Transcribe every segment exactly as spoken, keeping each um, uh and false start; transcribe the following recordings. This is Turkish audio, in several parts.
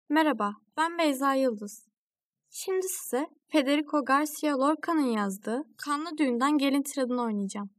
Merhaba, ben Beyza Yıldız. Şimdi size Federico Garcia Lorca'nın yazdığı Kanlı Düğün'den Gelin Tiradını oynayacağım.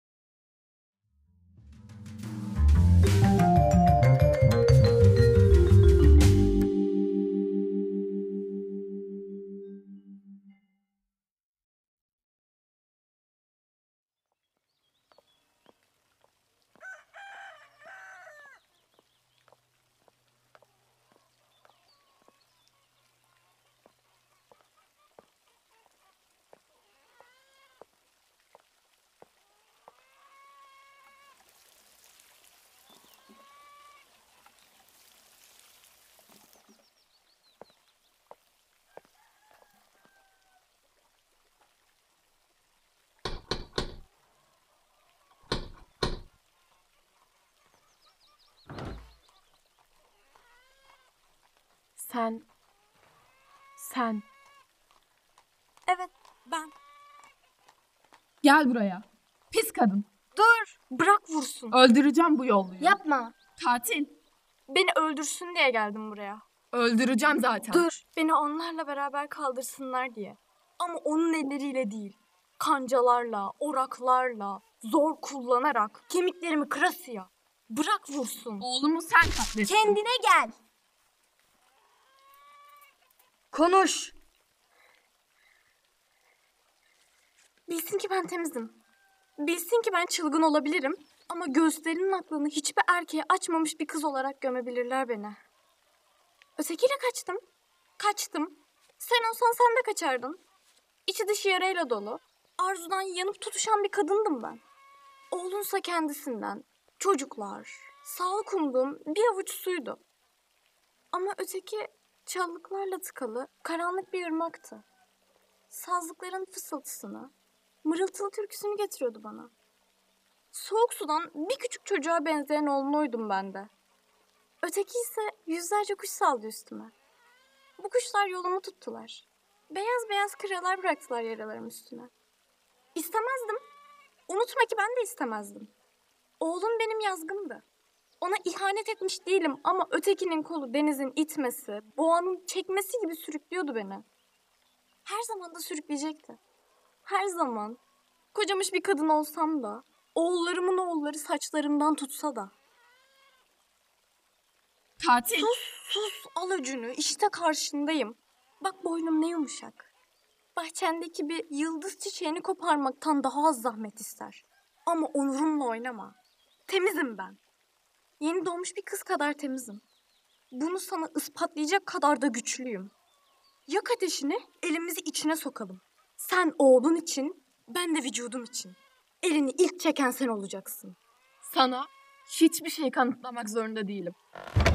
Sen, sen. Evet, ben. Gel buraya. Pis kadın. Dur, bırak vursun. Öldüreceğim bu yolluyu. Yapma. Katil. Beni öldürsün diye geldim buraya. Öldüreceğim zaten. Dur, beni onlarla beraber kaldırsınlar diye. Ama onun elleriyle değil. Kancalarla, oraklarla, zor kullanarak kemiklerimi kırasıya. Bırak vursun. Oğlumu sen katlettin. Kendine gel. Konuş. Bilsin ki ben temizim. Bilsin ki ben çılgın olabilirim. Ama göğüslerinin aklını hiçbir erkeğe açmamış bir kız olarak gömebilirler beni. Ötekiyle kaçtım. Kaçtım. Sen olsan sen de kaçardın. İçi dışı yarayla dolu. Arzudan yanıp tutuşan bir kadındım ben. Oğlunsa kendisinden. Çocuklar. Sağlık umduğum bir avuç suydu. Ama öteki çalılıklarla tıkalı karanlık bir ırmaktı. Sazlıkların fısıltısını, mırıltılı türküsünü getiriyordu bana. Soğuk sudan bir küçük çocuğa benzeyen oğlunuydum ben de. Öteki ise yüzlerce kuş saldı üstüme. Bu kuşlar yolumu tuttular. Beyaz beyaz kıralar bıraktılar yaralarım üstüne. İstemezdim. Unutma ki ben de istemezdim. Oğlum benim yazgımdı. Ona ihanet etmiş değilim ama ötekinin kolu denizin itmesi, boğanın çekmesi gibi sürüklüyordu beni. Her zaman da sürükleyecekti. Her zaman. Kocamış bir kadın olsam da, oğullarımın oğulları saçlarımdan tutsa da. Katil. Sus sus al öcünü, işte karşındayım. Bak boynum ne yumuşak. Bahçendeki bir yıldız çiçeğini koparmaktan daha az zahmet ister. Ama onurumla oynama. Temizim ben. Yeni doğmuş bir kız kadar temizim. Bunu sana ispatlayacak kadar da güçlüyüm. Yak ateşini, elimizi içine sokalım. Sen oğlun için, ben de vücudum için. Elini ilk çeken sen olacaksın. Sana hiçbir şey kanıtlamak zorunda değilim.